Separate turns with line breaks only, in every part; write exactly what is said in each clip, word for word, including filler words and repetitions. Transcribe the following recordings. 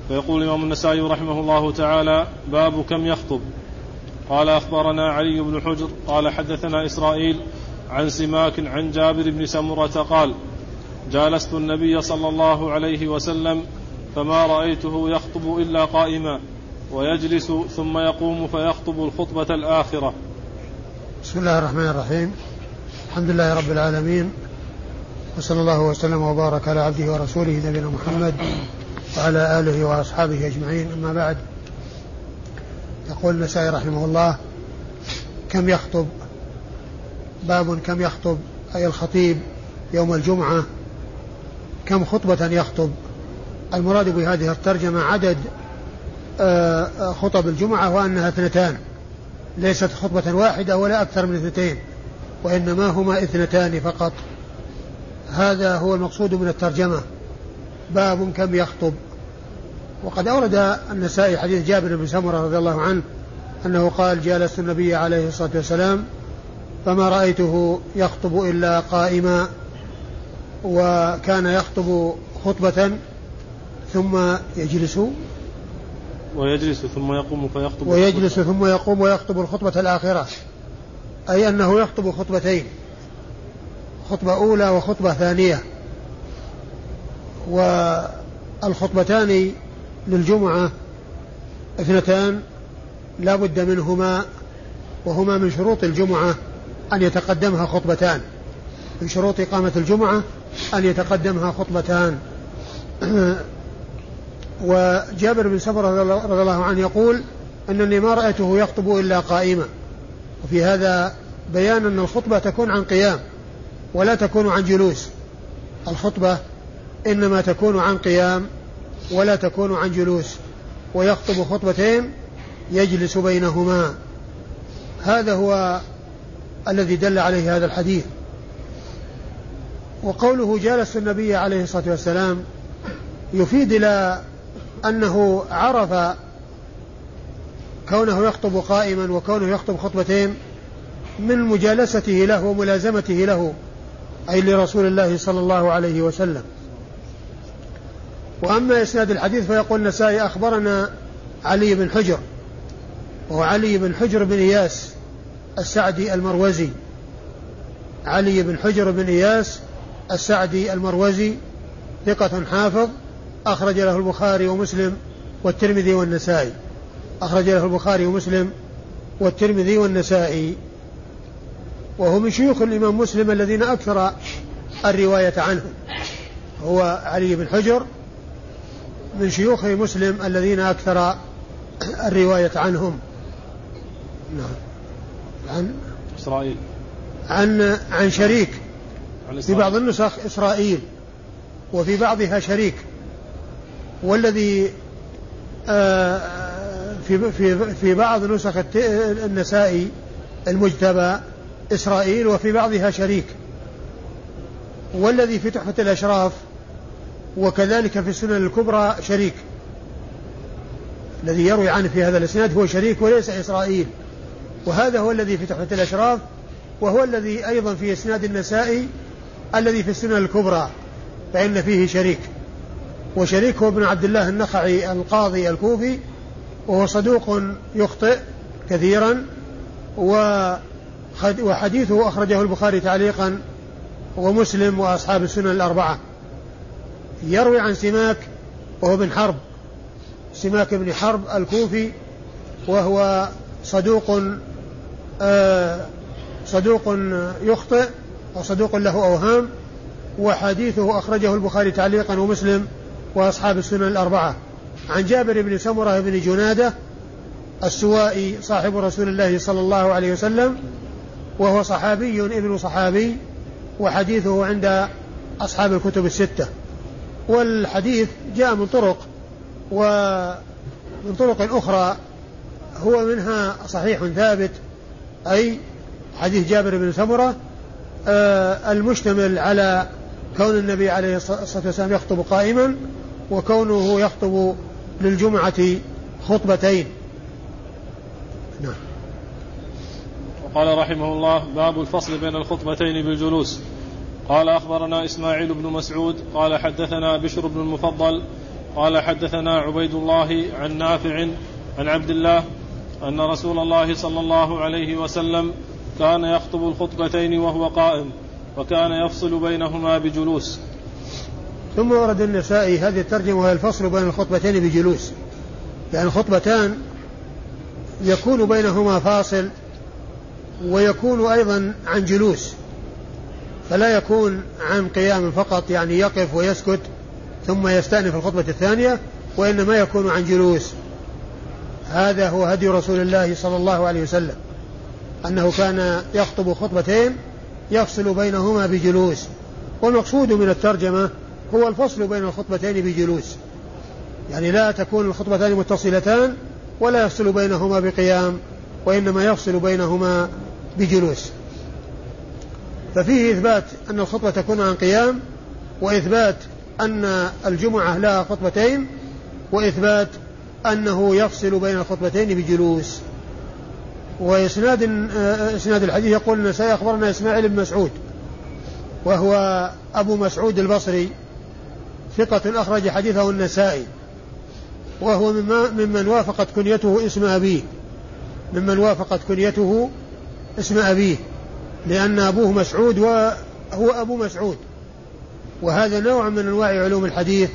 فيقول الإمام النسائي رحمه الله تعالى: باب كم يخطب. قال: أخبرنا علي بن حجر قال حدثنا إسرائيل عن سماك عن جابر بن سمرة قال: جالست النبي صلى الله عليه وسلم فما رأيته يخطب إلا قائما ويجلس ثم يقوم فيخطب الخطبة الآخرة.
بسم الله الرحمن الرحيم. الحمد لله رب العالمين، وصلى الله وسلم وبارك على عبده ورسوله نبينا محمد وعلى آله وأصحابه أجمعين. أما بعد، يقول النسائي رحمه الله: كم يخطب. باب كم يخطب، أي الخطيب يوم الجمعة كم خطبة يخطب. المراد بهذه الترجمة عدد خطب الجمعة، وأنها اثنتان، ليست خطبة واحدة ولا أكثر من اثنتين، وإنما هما اثنتان فقط. هذا هو المقصود من الترجمة، باب كم يخطب. وقد أورد النسائي حديث جابر بن سمرة رضي الله عنه أنه قال: جالست النبي عليه الصلاة والسلام فما رأيته يخطب إلا قائما، وكان يخطب خطبة ثم يجلس
ويجلس ثم يقوم فيخطب
ويجلس ثم يقوم ويخطب الخطبة الآخرة، أي أنه يخطب خطبتين، خطبة أولى وخطبة ثانية. والخطبتان للجمعة اثنتان لا بد منهما، وهما من شروط الجمعة أن يتقدمها خطبتان، من شروط إقامة الجمعة أن يتقدمها خطبتان. وجابر بن سمرة رضي الله عنه يقول: أنني ما رأيته يخطب إلا قائما. وفي هذا بيان أن الخطبة تكون عن قيام ولا تكون عن جلوس. الخطبة إنما تكون عن قيام ولا تكون عن جلوس، ويخطب خطبتين يجلس بينهما. هذا هو الذي دل عليه هذا الحديث. وقوله جالس النبي عليه الصلاة والسلام يفيد إلى أنه عرف كونه يخطب قائما وكونه يخطب خطبتين من مجالسته له وملازمته له، أي لرسول الله صلى الله عليه وسلم. وأما إسناد الحديث فيقول النسائي: أخبرنا علي بن حجر، وهو علي بن حجر بن إياس السعدي المروزي، علي بن حجر بن إياس السعدي المروزي، ثقة حافظ، أخرج له البخاري ومسلم والترمذي والنسائي، أخرج له البخاري ومسلم والترمذي والنسائي، وهو من شيوخ الإمام مسلم الذين أكثر الرواية عنه. هو علي بن حجر من شيوخ مسلم الذين أكثر الرواية عنهم. نعم. عن
إسرائيل
عن عن شريك،
عن
في بعض النسخ إسرائيل وفي بعضها شريك، والذي في في في بعض نسخ النسائي المجتبى إسرائيل وفي بعضها شريك، والذي في تحفة الأشراف وكذلك في السنن الكبرى شريك. الذي يروي عنه في هذا الإسناد هو شريك وليس إسرائيل، وهذا هو الذي في تحفة الأشراف، وهو الذي أيضا في إسناد النسائي الذي في السنن الكبرى، فإن فيه شريك. وشريك هو ابن عبد الله النخعي القاضي الكوفي، وهو صدوق يخطئ كثيرا، وحديثه أخرجه البخاري تعليقا ومسلم وأصحاب السنن الأربعة. يروي عن سماك وهو بن حرب، سماك بن حرب الكوفي، وهو صدوق آه صدوق يخطئ وصدوق له أوهام، وحديثه أخرجه البخاري تعليقا ومسلم وأصحاب السنن الأربعة. عن جابر بن سمرة بن جنادة السوائي صاحب رسول الله صلى الله عليه وسلم، وهو صحابي ابن صحابي، وحديثه عند أصحاب الكتب الستة. والحديث جاء من طرق ومن طرق أخرى، هو منها صحيح ثابت، أي حديث جابر بن سمرة آه المشتمل على كون النبي عليه الصلاة والسلام يخطب قائما، وكونه يخطب للجمعة خطبتين. نعم.
وقال رحمه الله: باب الفصل بين الخطبتين بالجلوس. قال: أخبرنا إسماعيل بن مسعود قال حدثنا بشر بن المفضل قال حدثنا عبيد الله عن نافع عن عبد الله أن رسول الله صلى الله عليه وسلم كان يخطب الخطبتين وهو قائم وكان يفصل بينهما بجلوس.
ثم ورد النسائي هذه الترجمة وهي الفصل بين الخطبتين بجلوس، يعني الخطبتان يكون بينهما فاصل ويكون أيضا عن جلوس، فلا يكون عن قيام فقط يعني يقف ويسكت ثم يستأنف الخطبة الثانية، وإنما يكون عن جلوس. هذا هو هدي رسول الله صلى الله عليه وسلم، أنه كان يخطب خطبتين يفصل بينهما بجلوس، والمقصود من الترجمة هو الفصل بين الخطبتين بجلوس، يعني لا تكون الخطبتان متصلتان ولا يفصل بينهما بقيام، وإنما يفصل بينهما بجلوس. ففيه إثبات أن الخطبة تكون عن قيام، وإثبات أن الجمعة لها خطبتين، وإثبات أنه يفصل بين الخطبتين بجلوس. وإسناد إسناد الحديث يقول النسائي أخبرنا إسماعيل بن مسعود وهو أبو مسعود البصري ثقة أخرج حديثه النسائي، وهو ممن وافقت كنيته اسم أبيه ممن وافقت كنيته اسم أبيه لأن أبوه مسعود وهو أبو مسعود، وهذا نوع من أنواع علوم الحديث.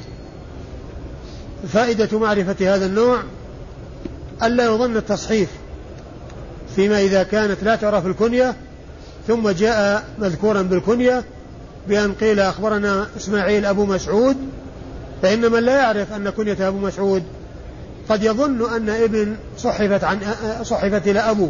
فائدة معرفة هذا النوع ألا يظن التصحيف فيما إذا كانت لا تعرف الكنية ثم جاء مذكورا بالكنية بأن قيل أخبرنا إسماعيل أبو مسعود، فإن من لا يعرف أن كنية أبو مسعود قد يظن أن ابن صحفت, عن صحفت إلى أبو،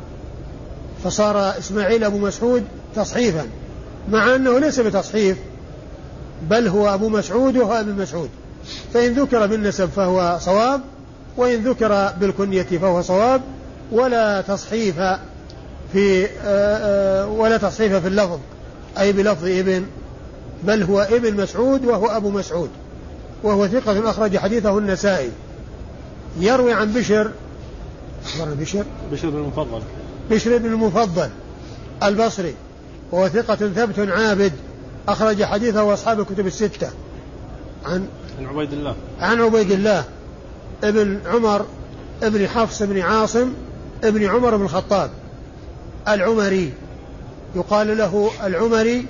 فصار إسماعيل أبو مسعود تصحيفا، مع أنه ليس بتصحيف بل هو أبو مسعود وهو ابن مسعود. فإن ذكر بالنسب فهو صواب، وإن ذكر بالكنية فهو صواب، ولا تصحيف في ولا تصحيف في اللفظ أي بلفظ ابن، بل هو ابن مسعود وهو أبو مسعود، وهو ثقة أخرج حديثه النسائي. يروي عن بشر بشر
بشر بن المفضل
بشر بن المفضل البصري، وهو ثقة ثبت عابد أخرج حديثه أصحاب الكتب الستة. عن
عن عبيد الله
عن عبيد الله ابن عمر ابن حفص بن عاصم ابن عمر بن الخطاب العمري، يقال له العمري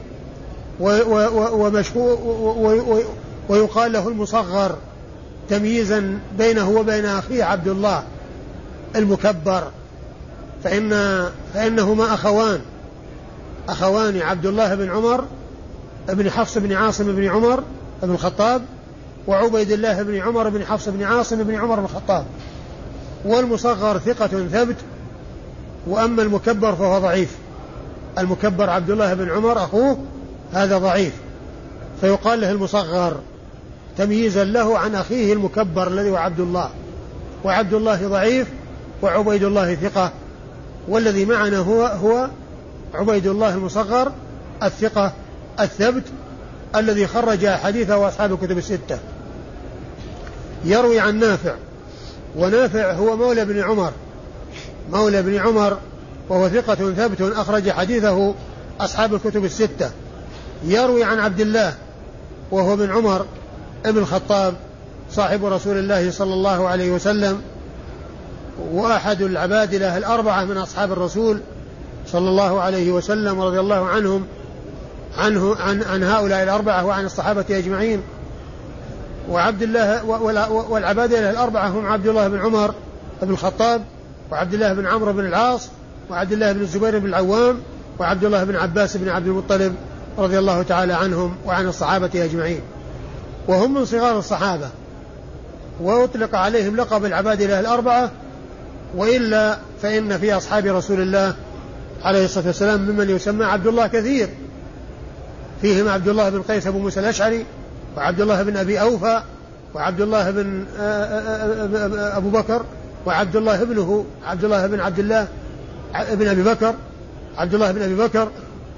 ويقال له المصغر تمييزا بينه وبين أخيه عبد الله المكبر، فإن فإنهما أخوان أخوان عبد الله بن عمر ابن حفص بن عاصم بن عمر بن الخطاب، وعبيد الله بن عمر بن حفص بن عاصم بن عمر بن الخطاب. والمصغر ثقة ثبت، وأما المكبر فهو ضعيف. المكبر عبد الله بن عمر أخوه هذا ضعيف، فيقال له المصغر تمييزا له عن أخيه المكبر الذي هو عبد الله، وعبد الله ضعيف وعبيد الله ثقة، والذي معنا هو هو عبيد الله المصغر الثقة الثبت الذي خرج حديثه أصحاب الكتب الستة. يروي عن نافع، ونافع هو مولى بن عمر مولى بن عمر وهو ثقة ثبت أخرج حديثه أصحاب الكتب الستة. يروي عن عبد الله وهو بن عمر ابن الخطاب صاحب رسول الله صلى الله عليه وسلم، وأحد العبادلة الأربعة من أصحاب الرسول صلى الله عليه وسلم رضي الله عنهم عنه عن, عن هؤلاء الأربعة وعن الصحابة أجمعين. وعبد الله والعبادلة الأربعة هم عبد الله بن عمر بن الخطاب، وعبد الله بن عمرو بن العاص، وعبد الله بن الزبير بن العوام، وعبد الله بن عباس بن عبد المطلب رضي الله تعالى عنهم وعن الصحابة أجمعين، وهم من صغار الصحابة، وأطلق عليهم لقب العبادلة الأربعة، وإلا فإن في أصحاب رسول الله عليه الصلاة والسلام ممن يسمى عبد الله كثير، فيهم عبد الله بن قيس أبو موسى الأشعري، وعبد الله بن أبي أوفى، وعبد الله بن أبو بكر، وعبد الله ابنه عبد الله بن عبد الله ابن أبي بكر عبد الله بن أبي بكر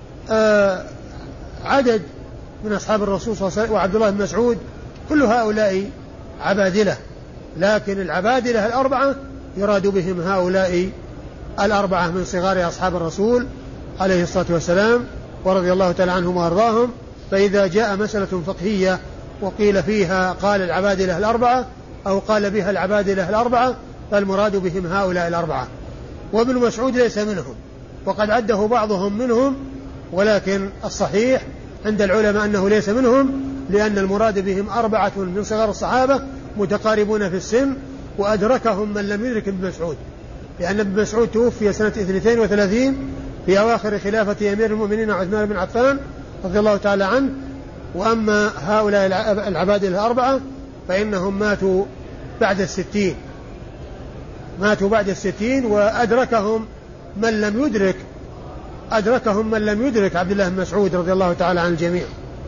عدد من أصحاب الرسول صلى الله عليه وسلم، وعبد الله بن مسعود، كل هؤلاء عبادلة، لكن العبادلة الأربعة يراد بهم هؤلاء الأربعة من صغار أصحاب الرسول عليه الصلاة والسلام ورضي الله تعالى عنهم وأرضاهم. فإذا جاء مسألة فقهية وقيل فيها قال العبادلة الأربعة أو قال بها العبادلة الأربعة، فالمراد بهم هؤلاء الأربعة. وابن مسعود ليس منهم، وقد عده بعضهم منهم، ولكن الصحيح عند العلماء أنه ليس منهم، لأن المراد بهم أربعة من صغار الصحابة متقاربون في السن، وأدركهم من لم يدرك ابن مسعود، لأن ابن مسعود توفي سنة اثنتين وثلاثين في أواخر خلافة أمير المؤمنين عثمان بن عفان رضي الله تعالى عنه. وأما هؤلاء العبادلة الأربعة فإنهم ماتوا بعد الستين ماتوا بعد الستين وأدركهم من لم يدرك أدركهم من لم يدرك عبد الله بن مسعود رضي الله تعالى عن الجميع.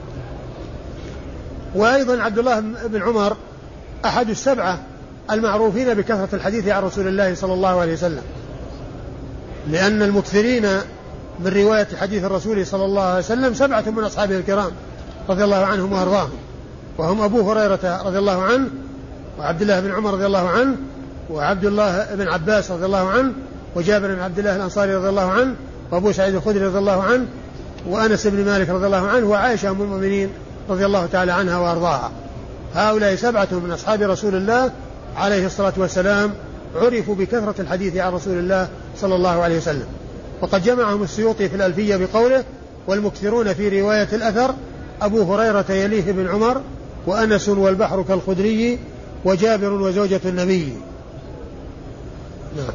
وأيضا عبد الله بن عمر أحد السبعة المعروفين بكثرة الحديث عن رسول الله صلى الله عليه وسلم، لأن المكثرين من رواية حديث الرسول صلى الله عليه وسلم سبعة من أصحابه الكرام رضي الله عنهم وأرضاهم، وهم أبو هريرة رضي الله عنه، وعبد الله بن عمر رضي الله عنه، وعبد الله بن عباس رضي الله عنه، وجابر بن عبد الله الأنصاري رضي الله عنه، وأبو سعيد الخدري رضي الله عنه، وأنس بن مالك رضي الله عنه، وعائشة أم المؤمنين رضي الله تعالى عنها وأرضاها. هؤلاء سبعة من أصحاب رسول الله عليه الصلاة والسلام عرفوا بكثرة الحديث عن رسول الله صلى الله عليه وسلم. وقد جمعهم السيوطي في الألفية بقوله: والمكثرون في رواية الأثر أبو هريرة يليه بن عمر، وأنس والبحر كالخدري، وجابر وزوجة النبي. نعم.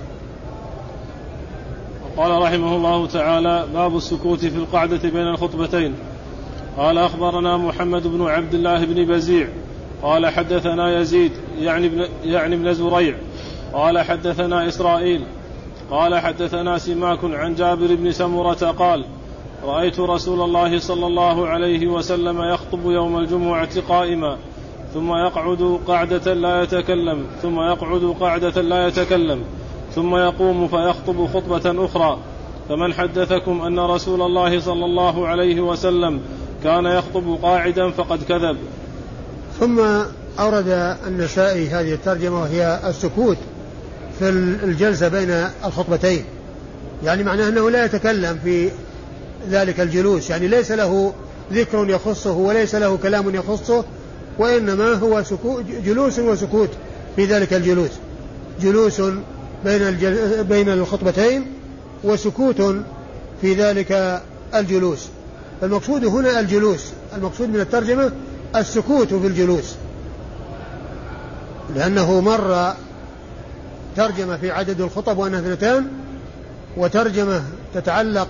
قال رحمه الله تعالى: باب السكوت في القعدة بين الخطبتين. قال: أخبرنا محمد بن عبد الله بن بزيع قال حدثنا يزيد يعني ابن, يعني ابن زريع قال حدثنا إسرائيل قال حدثنا سماك عن جابر بن سمرة قال: رأيت رسول الله صلى الله عليه وسلم يخطب يوم الجمعة قائما، ثم يقعد قعدة لا يتكلم، ثم يقعد قعدة لا يتكلم، ثم يقوم فيخطب خطبة أخرى، فمن حدثكم أن رسول الله صلى الله عليه وسلم كان يخطب قاعدا فقد كذب.
ثم أورد النسائي هذه الترجمة، وهي السكوت في الجلسة بين الخطبتين، يعني معناه أنه لا يتكلم في ذلك الجلوس، يعني ليس له ذكر يخصه وليس له كلام يخصه، وإنما هو سكوت جلوس وسكوت في ذلك الجلوس، جلوس بين الجل... بين الخطبتين وسكوت في ذلك الجلوس. المقصود هنا الجلوس، المقصود من الترجمة السكوت في الجلوس، لأنه مر ترجمة في عدد الخطب وأنها اثنتان، وترجمة تتعلق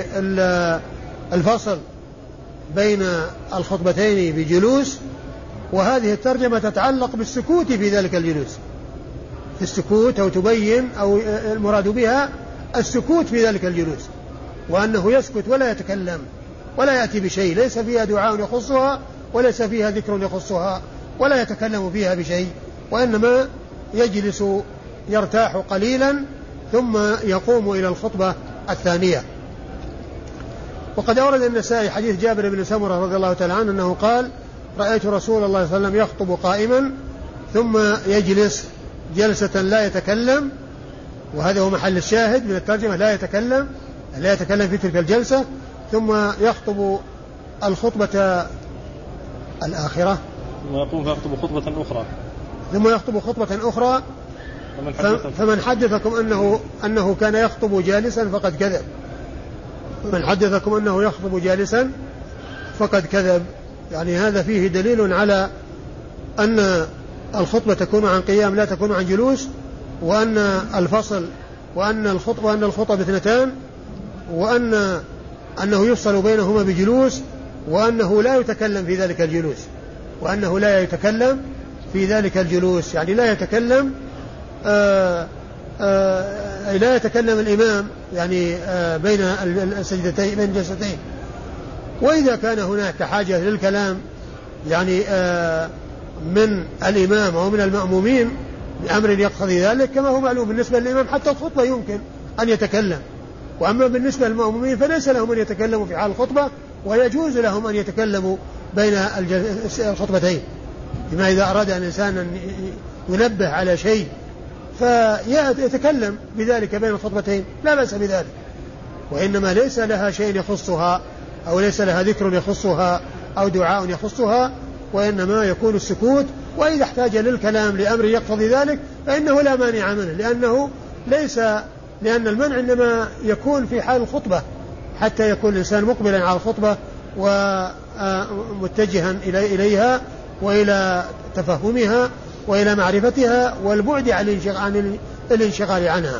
بالفصل بين الخطبتين بجلوس، وهذه الترجمة تتعلق بالسكوت في ذلك الجلوس، في السكوت، أو تبين أو المراد بها السكوت في ذلك الجلوس، وأنه يسكت ولا يتكلم ولا يأتي بشيء، ليس فيها دعاء يخصها وليس فيها ذكر يخصها ولا يتكلم فيها بشيء، وإنما يجلس يرتاح قليلا ثم يقوم إلى الخطبة الثانية. وقد أورد النسائي حديث جابر بن سمرة رضي الله تعالى عنه أنه قال: رأيت رسول الله صلى الله عليه وسلم يخطب قائما ثم يجلس جلسة لا يتكلم، وهذا هو محل الشاهد من الترجمة، لا يتكلم لا يتكلم في تلك الجلسة، ثم يخطب الخطبة الآخرة،
ثم يقوم فيخطب خطبة أخرى
ثم يخطب خطبة أخرى فمن حدثكم أنه, أنه كان يخطب جالسا فقد كذب. من حدثكم أنه يخطب جالسا فقد كذب، يعني هذا فيه دليل على أن الخطبة تكون عن قيام لا تكون عن جلوس، وأن الفصل وأن الخطبة وأن الخطب اثنتان، وأن أنه يفصل بينهما بجلوس، وأنه لا يتكلم في ذلك الجلوس وأنه لا يتكلم في ذلك الجلوس يعني لا يتكلم آآ آآ لا يتكلم الإمام يعني بين السجدتين بين الجلستين. وإذا كان هناك حاجة للكلام يعني من الإمام أو من المأمومين بأمر يقتضي ذلك، كما هو معلوم بالنسبة للإمام حتى الخطبة يمكن أن يتكلم، وأما بالنسبة للمأمومين فليس لهم أن يتكلموا في حال الخطبة، ويجوز لهم أن يتكلموا بين الخطبتين، بما إذا أراد الإنسان أن ينبه على شيء فيتكلم بذلك بين الخطبتين لا بأس بذلك، وإنما ليس لها شيء يخصها أو ليس لها ذكر يخصها أو دعاء يخصها، وإنما يكون السكوت، وإذا احتاج للكلام لأمر يقتضي ذلك فإنه لا مانع منه، لأنه ليس لأن المنع إنما يكون في حال الخطبة حتى يكون الإنسان مقبلا على الخطبة ومتجها إليها وإلى تفهمها وإلى معرفتها والبعد عن الانشغال عنها.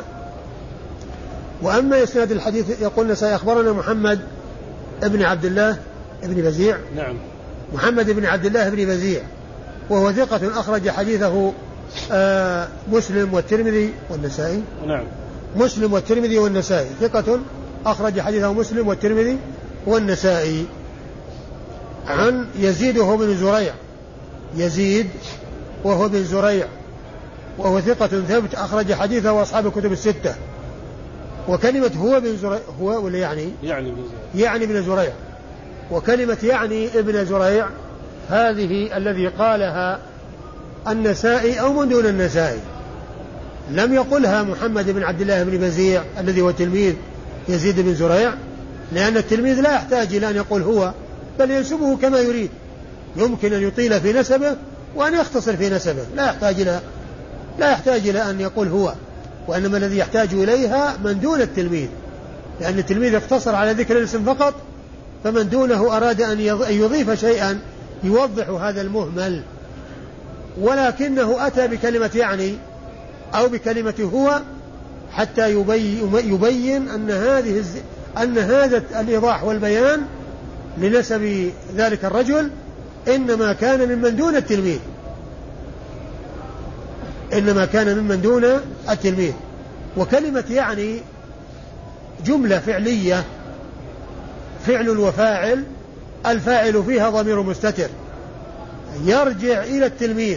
وأما إسناد الحديث يقول سيخبرنا محمد ابن عبد الله ابن بزيع.
نعم.
محمد بن عبد الله بن بزيع وهو ثقة أخرج حديثه آه مسلم والترمذي والنسائي.
نعم.
مسلم والترمذي والنسائي، ثقة أخرج حديثه مسلم والترمذي والنسائي. عن يزيد وهو بن زريع، يزيد وهو بن زريع وهو ثقة ثبت أخرج حديثه وأصحاب الكتب الستة. وكلمة هو بن زريع هو ولا يعني
يعني بن زريع
يعني بن زريع وكلمة يعني ابن زريع هذه الذي قالها النسائي أو من دون النسائي، لم يقلها محمد بن عبد الله بن بزيع الذي هو تلميذ يزيد بن زريع، لأن التلميذ لا يحتاج إلى أن يقول هو، بل ينسبه كما يريد، يمكن أن يطيل في نسبه وأن يختصر في نسبه، لا يحتاج إلى لا يحتاج إلى أن يقول هو، وإنما الذي يحتاج إليها من دون التلميذ، لأن التلميذ اقتصر على ذكر الاسم فقط، فمن دونه أراد أن يضيف شيئا يوضح هذا المهمل، ولكنه أتى بكلمة يعني أو بكلمة هو حتى يبين أن هذه أن هذا الإيضاح والبيان لنسب ذلك الرجل إنما كان ممن دون التلميذ، إنما كان ممن دون التلميذ. وكلمة يعني جملة فعلية، فعل وفاعل، الفاعل فيها ضمير مستتر يرجع إلى التلميذ،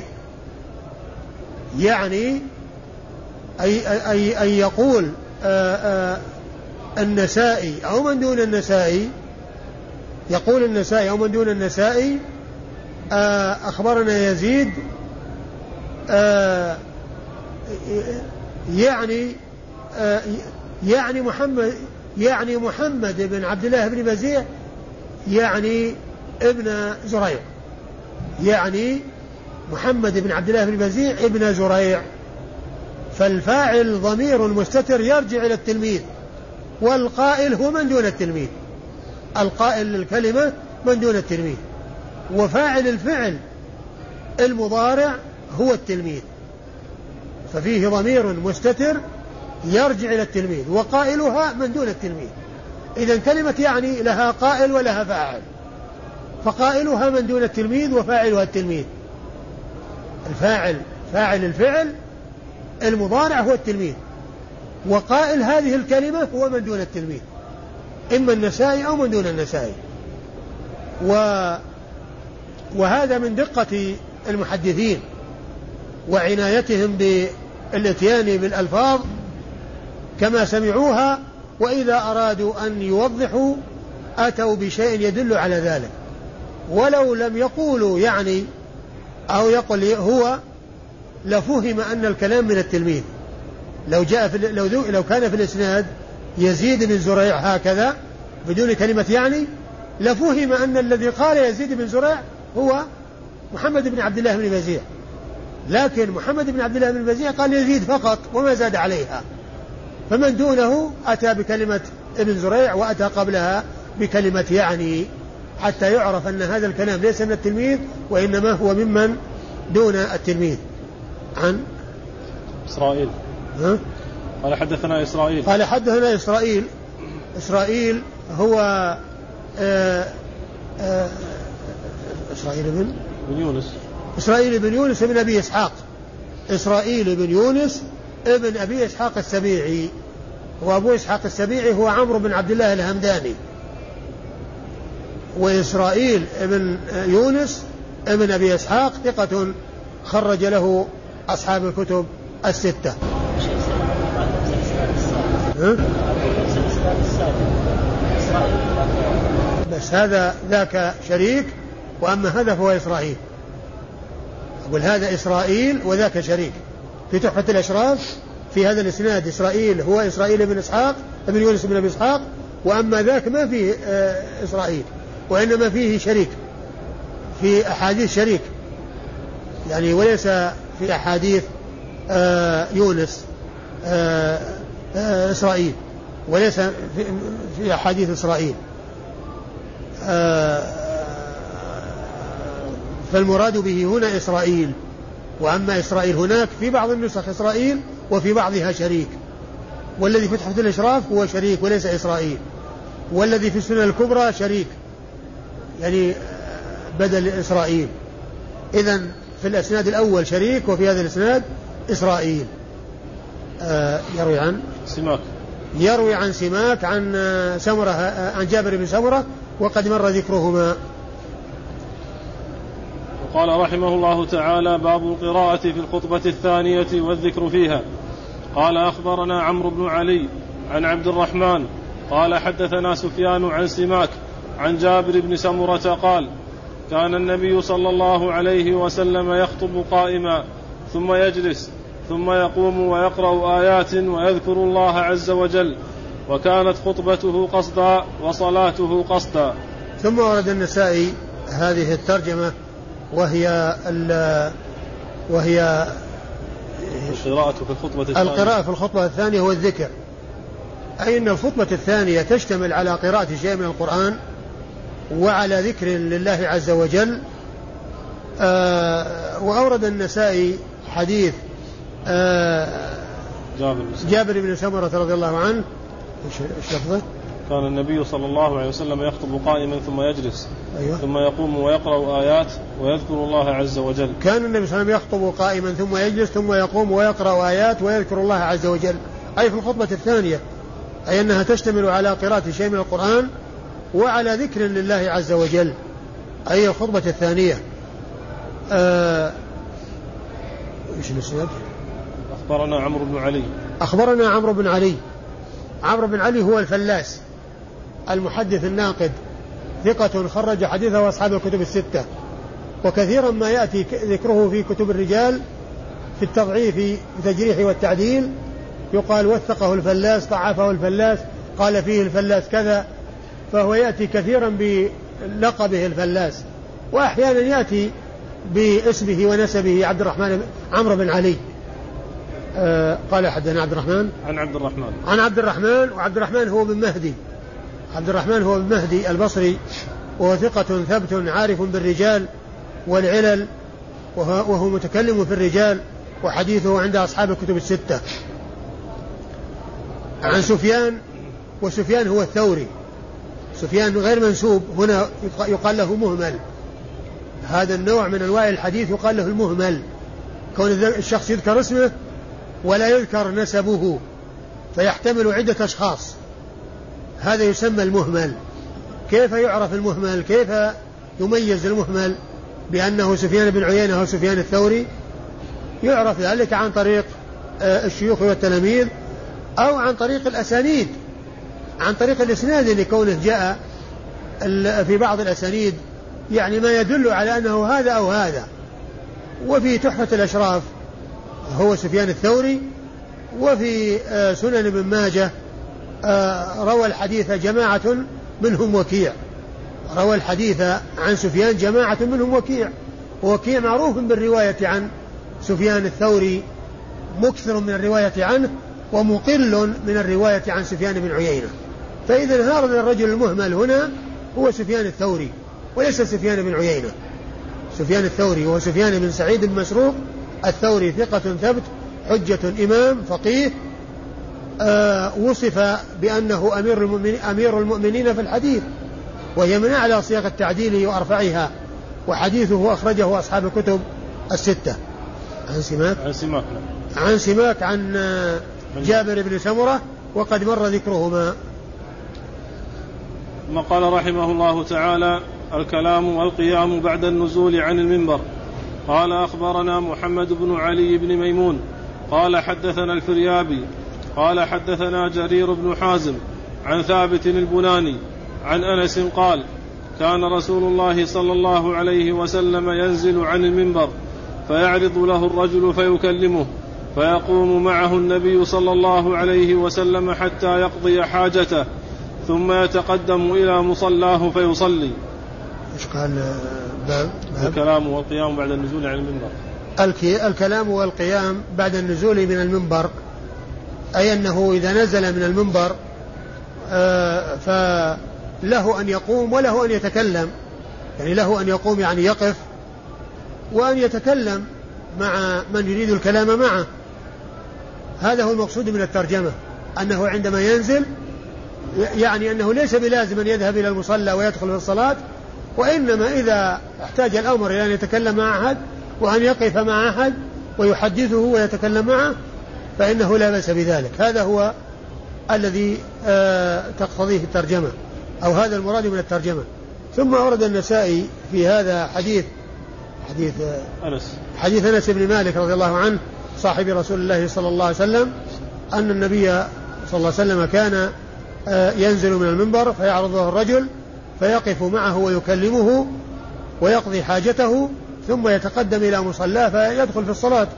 يعني أي, أي, أي يقول آآ آآ النسائي أو من دون النسائي، يقول النسائي أو من دون النسائي أخبرنا يزيد يعني يعني محمد يعني محمد بن عبد الله بن بزيع يعني ابن زريع، يعني محمد بن عبد الله بن بزيع ابن زريع، فالفاعل ضمير مستتر يرجع إلى التلميذ، والقائل هو من دون التلميذ، القائل للكلمة من دون التلميذ، وفاعل الفعل المضارع هو التلميذ، ففيه ضمير مستتر يرجع إلى التلميذ وقائلها من دون التلميذ. إذن كلمة يعني لها قائل ولها فاعل، فقائلها من دون التلميذ وفاعلها التلميذ، الفاعل فاعل الفعل المضارع هو التلميذ، وقائل هذه الكلمة هو من دون التلميذ، إما النسائي أو من دون النسائي. و وهذا من دقة المحدثين وعنايتهم بالاتيان بالألفاظ كما سمعوها، وإذا أرادوا أن يوضحوا أتوا بشيء يدل على ذلك، ولو لم يقولوا يعني أو يقول هو لفهم أن الكلام من التلميذ. لو جاء في لو, لو كان في الإسناد يزيد بن زريع هكذا بدون كلمة يعني لفهم أن الذي قال يزيد بن زريع هو محمد بن عبد الله بن بزيع، لكن محمد بن عبد الله بن بزيع قال يزيد فقط وما زاد عليها، فمن دونه أتى بكلمة ابن زريع وأتى قبلها بكلمة يعني، حتى يعرف أن هذا الكلام ليس من التلميذ وإنما هو ممن دون التلميذ. عن
إسرائيل
ها؟
قال حدثنا إسرائيل
قال حدثنا إسرائيل إسرائيل هو آآ آآ إسرائيل بن
بن يونس
إسرائيل بن يونس ابن أبي إسحاق إسرائيل بن يونس ابن أبي إسحاق السبيعي، وأبو إسحاق السبيعي هو عمرو بن عبد الله الهمداني، وإسرائيل ابن يونس ابن أبي إسحاق ثقة خرج له أصحاب الكتب الستة. ها؟ بس هذا ذاك شريك، وأما هذا فهو إسرائيل، أقول هذا إسرائيل وذاك شريك. في تحفة الأشراف في هذا الإسناد إسرائيل هو إسرائيل بن إسحاق ابن يونس بن أبي إسحاق، وأما ذاك ما فيه إسرائيل وإنما فيه شريك، في أحاديث شريك، يعني وليس في أحاديث آه يونس آه آه إسرائيل، وليس في, في أحاديث إسرائيل. آه فالمراد به هنا إسرائيل، وأما إسرائيل هناك في بعض النسخ إسرائيل وفي بعضها شريك، والذي في تحفة الإشراف هو شريك وليس إسرائيل، والذي في السنن الكبرى شريك يعني بدل إسرائيل. إذن في الإسناد الأول شريك، وفي هذا الإسناد إسرائيل. آه يروي عن
سماك
يروي عن سماك عن سمرة عن جابر بن سمرة وقد مر ذكرهما.
قال رحمه الله تعالى: باب القراءة في الخطبة الثانية والذكر فيها. قال: أخبرنا عمرو بن علي عن عبد الرحمن قال: حدثنا سفيان عن سماك عن جابر بن سمرة قال: كان النبي صلى الله عليه وسلم يخطب قائما ثم يجلس ثم يقوم ويقرأ آيات ويذكر الله عز وجل، وكانت خطبته قصدا وصلاته قصدا.
ثم ورد النسائي هذه الترجمة وهي وهي
القراءة في الخطبة الثانية.
القراءة في الخطبة الثانية هو الذكر، أي أن الخطبة الثانية تشتمل على قراءة شيء من القرآن وعلى ذكر لله عز وجل. آه وأورد النسائي حديث آه
جابر,
جابر بن سمرة رضي الله عنه. ايش لفظه؟
كان النبي صلى الله عليه وسلم يخطب قائما ثم يجلس
أيوة.
ثم يقوم ويقرأ آيات ويذكر الله عز وجل.
كان النبي صلى الله عليه وسلم يخطب قائما ثم يجلس ثم يقوم ويقرأ آيات ويذكر الله عز وجل، أي في الخطبة الثانية، أي أنها تشتمل على قراءة شيء من القرآن وعلى ذكر لله عز وجل، أي الخطبة الثانية. آه ايش الاسناد؟
أخبرنا عمرو بن علي
أخبرنا عمرو بن علي عمرو بن علي هو الفلاس المحدث الناقد، ثقة خرج حديثه أصحاب الكتب الستة، وكثيرا ما يأتي ذكره في كتب الرجال في التضعيف والتجريح والتعديل، يقال وثقه الفلاس، ضعفه الفلاس، قال فيه الفلاس كذا، فهو يأتي كثيرا بلقبه الفلاس، وأحيانا يأتي باسمه ونسبه عبد الرحمن عمرو بن علي. آه قال حدثنا عبد الرحمن
عن عبد الرحمن
عن عبد الرحمن وعبد الرحمن هو بن مهدي عبد الرحمن هو بن مهدي البصري، وهو ثقة ثبت عارف بالرجال والعلل، وهو متكلم في الرجال، وحديثه عند أصحاب الكتب الستة. عن سفيان، وسفيان هو الثوري، سفيان غير منسوب، هنا يقال له مهمل، هذا النوع من أنواع الحديث يقال له المهمل، كون الشخص يذكر اسمه ولا يذكر نسبه فيحتمل عدة أشخاص، هذا يسمى المهمل. كيف يعرف المهمل؟ كيف يميز المهمل بأنه سفيان بن عيينة أو سفيان الثوري؟ يعرف ذلك عن طريق الشيوخ والتلاميذ أو عن طريق الأسانيد، عن طريق الإسناد لكونه جاء في بعض الأسانيد يعني ما يدل على أنه هذا أو هذا. وفي تحفة الأشراف هو سفيان الثوري، وفي سنن ابن ماجه روى الحديث جماعة منهم وكيع، روى الحديث عن سفيان جماعة منهم وكيع، ووكيع معروف بالرواية عن سفيان الثوري، مكثر من الرواية عنه ومقل من الرواية عن سفيان بن عيينة. فإذا هذا الرجل المهمل هنا هو سفيان الثوري وليس سفيان بن عيينة. سفيان الثوري هو سفيان بن سعيد بن مسروق الثوري، ثقة ثبت حجة إمام فقيه، آه وصف بأنه أمير المؤمنين, أمير المؤمنين في الحديث، وهي من أعلى صيغ التعديل وأرفعها، وحديثه أخرجه أصحاب الكتب الستة. عن سماك
عن سماك
عن سماك عن جابر بن سمرة وقد مر ذكرهما.
ثم قال رحمه الله تعالى: الكلام والقيام بعد النزول عن المنبر. قال: أخبرنا محمد بن علي بن ميمون قال حدثنا الفريابي قال حدثنا جرير بن حازم عن ثابت البناني عن أنس قال: كان رسول الله صلى الله عليه وسلم ينزل عن المنبر فيعرض له الرجل فيكلمه، فيقوم معه النبي صلى الله عليه وسلم حتى يقضي حاجته، ثم يتقدم إلى مصلاه فيصلي.
إيش قال باب
الكلام والقيام بعد النزول عن المنبر.
الكلام والقيام بعد النزول من المنبر، أي أنه إذا نزل من المنبر آه فله أن يقوم وله أن يتكلم، يعني له أن يقوم يعني يقف، وأن يتكلم مع من يريد الكلام معه. هذا هو المقصود من الترجمة، أنه عندما ينزل يعني أنه ليس بلازم أن يذهب إلى المصلى ويدخل في الصلاة، وإنما إذا احتاج الأمر إلى أن يتكلم مع أحد وأن يقف مع أحد ويحدثه ويتكلم معه فإنه لا بأس بذلك. هذا هو الذي آه تقتضيه الترجمة، أو هذا المراد من الترجمة. ثم أورد النسائي في هذا حديث حديث
أنس
حديث أنس بن مالك رضي الله عنه صاحب رسول الله صلى الله عليه وسلم، أن النبي صلى الله عليه وسلم كان آه ينزل من المنبر فيعرضه الرجل فيقف معه ويكلمه ويقضي حاجته ثم يتقدم إلى مصلاه فيدخل في الصلاة.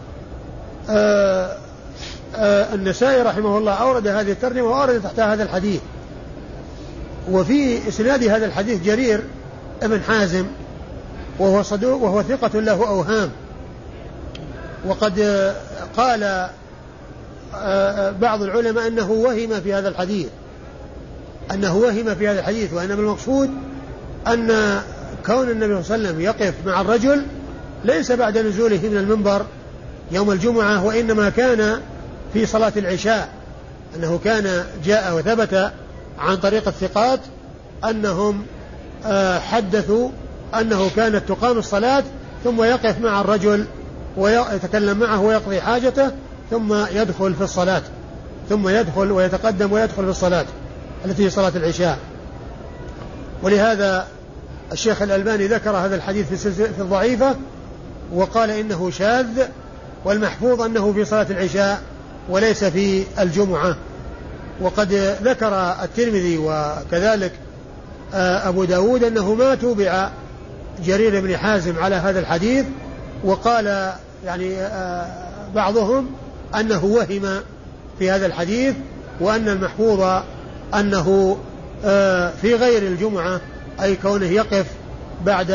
آآ آآ النسائي رحمه الله أورد هذه الترجمة وأورد تحتها هذا الحديث. وفي إسناد هذا الحديث جرير ابن حازم وهو صدوق وهو ثقة له أوهام، وقد قال بعض العلماء أنه وهم في هذا الحديث أنه وهم في هذا الحديث وإنما المقصود أن كون النبي صلى الله عليه وسلم يقف مع الرجل ليس بعد نزوله من المنبر يوم الجمعة، وإنما كان في صلاة العشاء، أنه كان جاء وثبت عن طريق الثقات أنهم حدثوا أنه كانت تقام الصلاة ثم يقف مع الرجل ويتكلم معه ويقضي حاجته ثم يدخل في الصلاة، ثم يدخل ويتقدم ويدخل في الصلاة التي هي صلاة العشاء. ولهذا الشيخ الألباني ذكر هذا الحديث في السلسلة الضعيفة وقال إنه شاذ، والمحفوظ أنه في صلاة العشاء وليس في الجمعة. وقد ذكر الترمذي وكذلك أبو داود أنه ما توبع جرير بن حازم على هذا الحديث، وقال يعني بعضهم أنه وهم في هذا الحديث، وأن المحفوظ أنه في غير الجمعة، أي كونه يقف بعد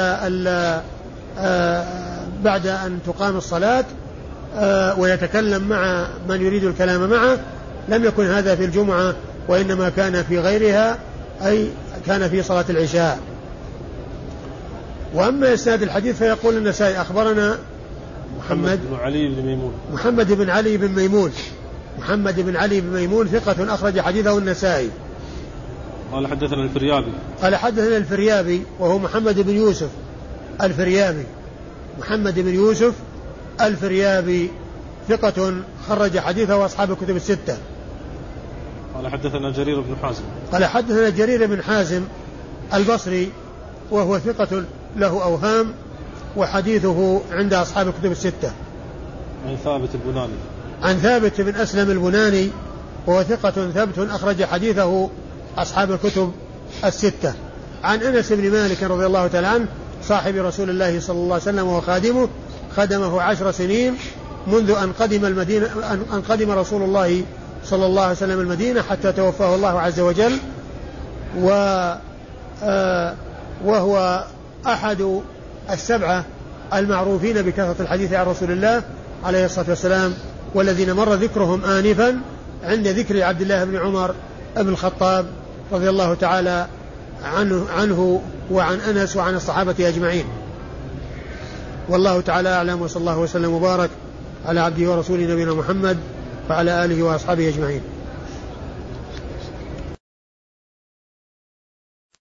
بعد أن تقام الصلاة ويتكلم مع من يريد الكلام معه، لم يكن هذا في الجمعة وإنما كان في غيرها، أي كان في صلاة العشاء. وأما إسناد الحديث فيقول النسائي أخبرنا محمد
بن علي بن ميمون
محمد بن علي بن ميمون محمد بن علي بن ميمون ثقة أخرج حديثه النسائي.
قال حدثنا الفريابي
قال حدثنا الفريابي وهو محمد بن يوسف الفريابي محمد بن يوسف الفريابي ثقة خرج حديثه أصحاب الكتب الستة.
قال حدثنا جرير بن حازم
قال حدثنا جرير بن حازم البصري وهو ثقة له أوهام وحديثه عند أصحاب الكتب الستة.
عن ثابت البناني
عن ثابت بن أسلم البناني وهو ثقة ثبت أخرج حديثه أصحاب الكتب الستة. عن أنس بن مالك رضي الله تعالى عنه صاحب رسول الله صلى الله عليه وسلم وخادمه، خدمه عشر سنين منذ أن قدم المدينة أن قدم رسول الله صلى الله عليه وسلم المدينة حتى توفاه الله عز وجل، و وهو أحد السبعة المعروفين بكثرة الحديث عن رسول الله عليه الصلاة والسلام، والذين مر ذكرهم آنفا عند ذكر عبد الله بن عمر بن الخطاب رضي الله تعالى عنه, عنه وعن أنس وعن الصحابة أجمعين. والله تعالى أعلم، وصلى الله وسلم وبارك على عبده ورسوله نبينا محمد وعلى آله وأصحابه أجمعين.